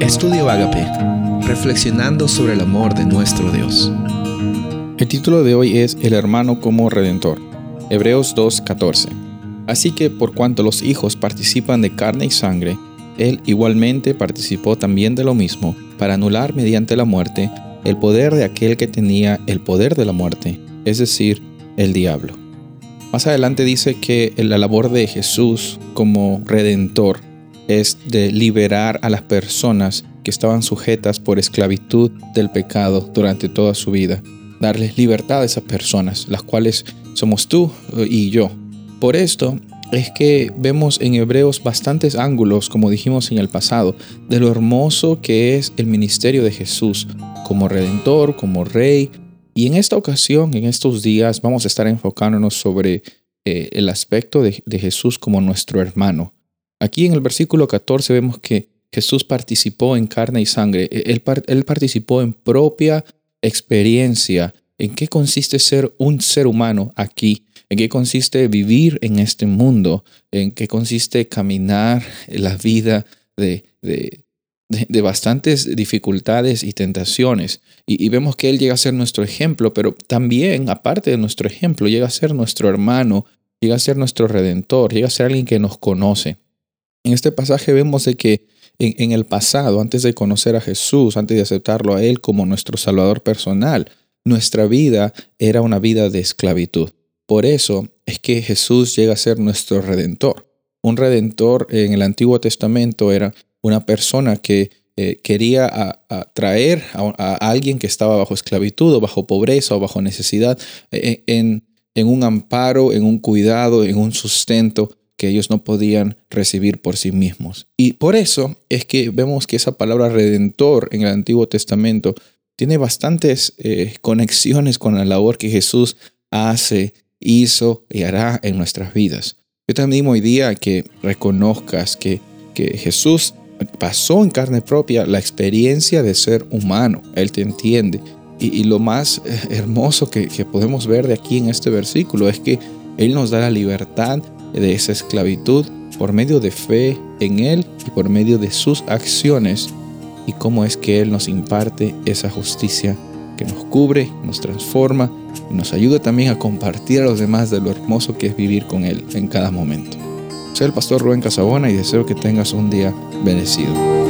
Estudio Ágape, reflexionando sobre el amor de nuestro Dios. El título de hoy es El hermano como redentor. Hebreos 2:14. Así que por cuanto los hijos participan de carne y sangre, él igualmente participó también de lo mismo, para anular mediante la muerte el poder de aquel que tenía el poder de la muerte, es decir, el diablo. Más adelante dice que la labor de Jesús como redentor es de liberar a las personas que estaban sujetas por esclavitud del pecado durante toda su vida, darles libertad a esas personas, las cuales somos tú y yo. Por esto es que vemos en Hebreos bastantes ángulos, como dijimos en el pasado, de lo hermoso que es el ministerio de Jesús como redentor, como rey. Y en esta ocasión, en estos días, vamos a estar enfocándonos sobre el aspecto de Jesús como nuestro hermano. Aquí en el versículo 14 vemos que Jesús participó en carne y sangre. Él participó en propia experiencia. ¿En qué consiste ser un ser humano aquí? ¿En qué consiste vivir en este mundo? ¿En qué consiste caminar en la vida de bastantes dificultades y tentaciones? Y vemos que Él llega a ser nuestro ejemplo, pero también, aparte de nuestro ejemplo, llega a ser nuestro hermano, llega a ser nuestro redentor, llega a ser alguien que nos conoce. En este pasaje vemos de que en el pasado, antes de conocer a Jesús, antes de aceptarlo a Él como nuestro Salvador personal, nuestra vida era una vida de esclavitud. Por eso es que Jesús llega a ser nuestro redentor. Un redentor en el Antiguo Testamento era una persona que quería traer a alguien que estaba bajo esclavitud o bajo pobreza o bajo necesidad en un amparo, en un cuidado, en un sustento que ellos no podían recibir por sí mismos. Y por eso es que vemos que esa palabra redentor en el Antiguo Testamento tiene bastantes conexiones con la labor que Jesús hace, hizo y hará en nuestras vidas. Yo te animo hoy día a que reconozcas que Jesús pasó en carne propia la experiencia de ser humano. Él te entiende. Y lo más hermoso que podemos ver de aquí en este versículo es que Él nos da la libertad de esa esclavitud por medio de fe en Él y por medio de sus acciones, y cómo es que Él nos imparte esa justicia que nos cubre, nos transforma y nos ayuda también a compartir a los demás de lo hermoso que es vivir con Él en cada momento. Soy el pastor Rubén Casabona y deseo que tengas un día bendecido.